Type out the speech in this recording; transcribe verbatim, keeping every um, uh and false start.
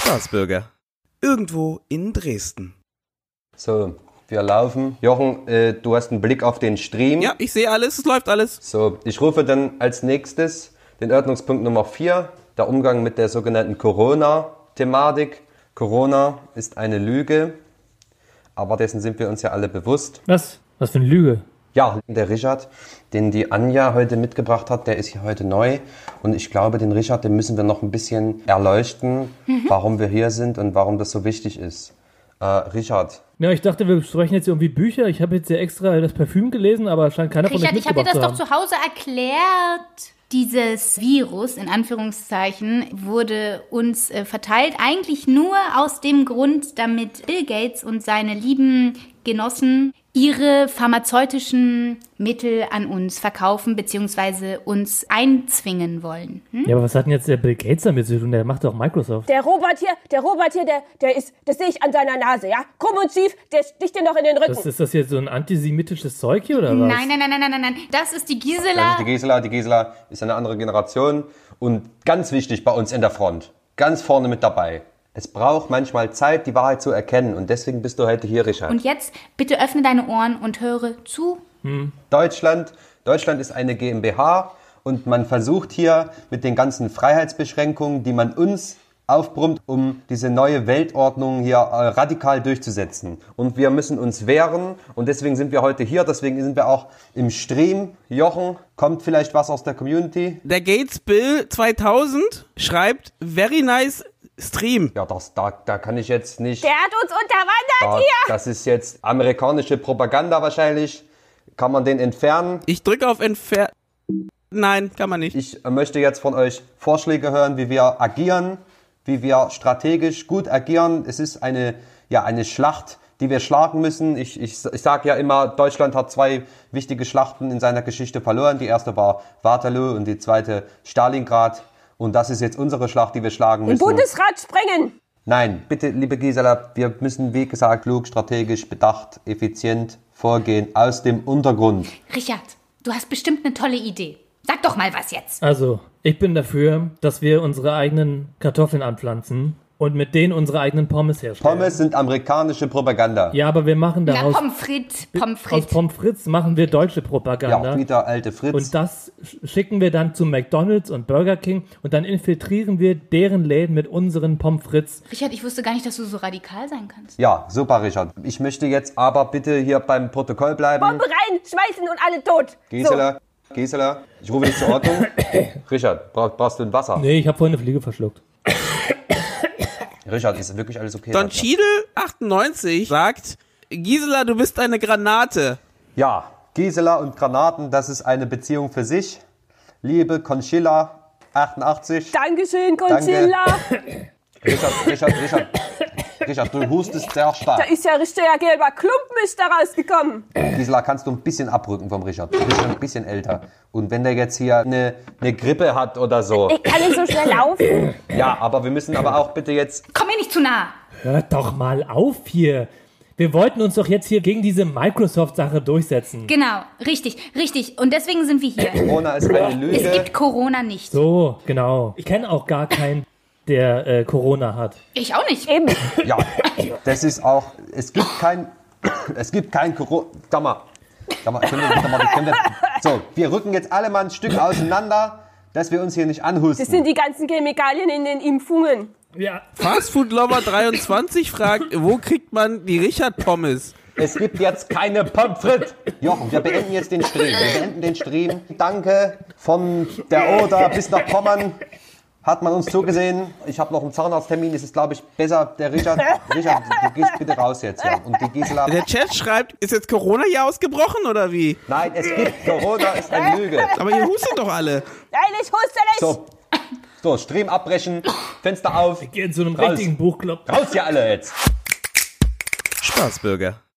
Spaßbürger. Irgendwo in Dresden. So, wir laufen. Jochen, äh, du hast einen Blick auf den Stream. Ja, ich sehe alles, es läuft alles. So, ich rufe dann als nächstes den Ordnungspunkt Nummer vier, der Umgang mit der sogenannten Corona-Thematik. Corona ist eine Lüge, aber dessen sind wir uns ja alle bewusst. Was? Was für eine Lüge? Ja, der Richard, den die Anja heute mitgebracht hat, der ist hier heute neu. Und ich glaube, den Richard, den müssen wir noch ein bisschen erleuchten, mhm. warum wir hier sind und warum das so wichtig ist. Äh, Richard. Ja, ich dachte, wir besprechen jetzt irgendwie Bücher. Ich habe jetzt ja extra das Parfüm gelesen, aber scheint keiner Richard, von euch ich habe dir das mitgebracht doch zu Hause erklärt. Dieses Virus, in Anführungszeichen, wurde uns äh, verteilt, eigentlich nur aus dem Grund, damit Bill Gates und seine lieben Genossen ihre pharmazeutischen Mittel an uns verkaufen bzw. uns einzwingen wollen. Hm? Ja, aber was hat denn jetzt der Bill Gates damit zu tun? Der macht doch Microsoft. Der Robert hier, der Robert hier, der, der ist, das sehe ich an seiner Nase, ja? Krumm und schief, der sticht dir noch in den Rücken. Das, ist das jetzt so ein antisemitisches Zeug hier, oder was? Nein, nein, nein, nein, nein, nein, das ist die Gisela. Das ist die Gisela, die Gisela ist eine andere Generation und ganz wichtig bei uns in der Front, ganz vorne mit dabei. Es braucht manchmal Zeit, die Wahrheit zu erkennen und deswegen bist du heute hier, Richard. Und jetzt bitte öffne deine Ohren und höre zu. Hm. Deutschland, Deutschland ist eine GmbH und man versucht hier mit den ganzen Freiheitsbeschränkungen, die man uns aufbrummt, um diese neue Weltordnung hier äh, radikal durchzusetzen. Und wir müssen uns wehren und deswegen sind wir heute hier, deswegen sind wir auch im Stream. Jochen, kommt vielleicht was aus der Community? Der Gates Bill zweitausend schreibt, very nice Stream. Ja, das, da, da kann ich jetzt nicht... Der hat uns unterwandert da, hier! Das ist jetzt amerikanische Propaganda wahrscheinlich. Kann man den entfernen? Ich drücke auf Entfernen. Nein, kann man nicht. Ich möchte jetzt von euch Vorschläge hören, wie wir agieren, wie wir strategisch gut agieren. Es ist eine, ja, eine Schlacht, die wir schlagen müssen. Ich, ich, ich sage ja immer, Deutschland hat zwei wichtige Schlachten in seiner Geschichte verloren. Die erste war Waterloo und die zweite Stalingrad. Und das ist jetzt unsere Schlacht, die wir schlagen müssen. Den Bundesrat sprengen! Nein, bitte, liebe Gisela, wir müssen, wie gesagt, klug, strategisch, bedacht, effizient vorgehen, aus dem Untergrund. Richard, du hast bestimmt eine tolle Idee. Sag doch mal was jetzt. Also, ich bin dafür, dass wir unsere eigenen Kartoffeln anpflanzen und mit denen unsere eigenen Pommes herstellen. Pommes sind amerikanische Propaganda. Ja, aber wir machen Na, daraus... Pommes frites, Pommes frites. Aus Pommes frites machen wir deutsche Propaganda. Ja, wieder alte Fritz. Und das schicken wir dann zu McDonald's und Burger King und dann infiltrieren wir deren Läden mit unseren Pommes frites. Richard, ich wusste gar nicht, dass du so radikal sein kannst. Ja, super, Richard. Ich möchte jetzt aber bitte hier beim Protokoll bleiben. Bombe rein, schmeißen und alle tot! Gisela, so. Gisela, ich rufe dich zur Ordnung. Richard, brauch, brauchst du ein Wasser? Nee, ich habe vorhin eine Fliege verschluckt. Richard, ist wirklich alles okay? Don Cheadle achtundneunzig sagt, Gisela, du bist eine Granate. Ja, Gisela und Granaten, das ist eine Beziehung für sich. Liebe Conchilla achtundachtzig. Dankeschön, Conchilla. Danke. Richard, Richard, Richard. Richard, du hustest sehr stark. Da ist ja richtiger gelber Klumpenmist da rausgekommen. Gisela, kannst du ein bisschen abrücken vom Richard? Du bist schon ein bisschen älter. Und wenn der jetzt hier eine, eine Grippe hat oder so. Ich kann nicht so schnell laufen. Ja, aber wir müssen aber auch bitte jetzt... Komm mir nicht zu nah. Hört doch mal auf hier. Wir wollten uns doch jetzt hier gegen diese Microsoft-Sache durchsetzen. Genau, richtig, richtig. Und deswegen sind wir hier. Corona ist eine Lüge. Es gibt Corona nicht. So, genau. Ich kenne auch gar keinen, der äh, Corona hat. Ich auch nicht. Eben. Ja, das ist auch... Es gibt kein... Es gibt kein Corona... Sag mal. Sag mal, können wir, sag mal, können wir, so, wir rücken jetzt alle mal ein Stück auseinander, dass wir uns hier nicht anhusten. Das sind die ganzen Chemikalien in den Impfungen. Ja. Fastfood Lover dreiundzwanzig fragt, wo kriegt man die Richard Pommes? Es gibt jetzt keine Pommes frites. Jochen, wir beenden jetzt den Stream. Wir beenden den Stream. Danke von der Oder bis nach Pommern. Hat man uns zugesehen. Ich habe noch einen Zahnarzttermin. Es ist, glaube ich, besser. Der Richard, Richard, du gehst bitte raus jetzt. Ja. Und die Gisela. Der Chat schreibt, ist jetzt Corona hier ausgebrochen oder wie? Nein, es gibt Corona, ist eine Lüge. Aber ihr hustet doch alle. Nein, ich huste nicht. So, so Stream abbrechen, Fenster auf. Wir gehen zu einem Raus. richtigen Buchclub. Raus hier alle jetzt. Spaßbürger.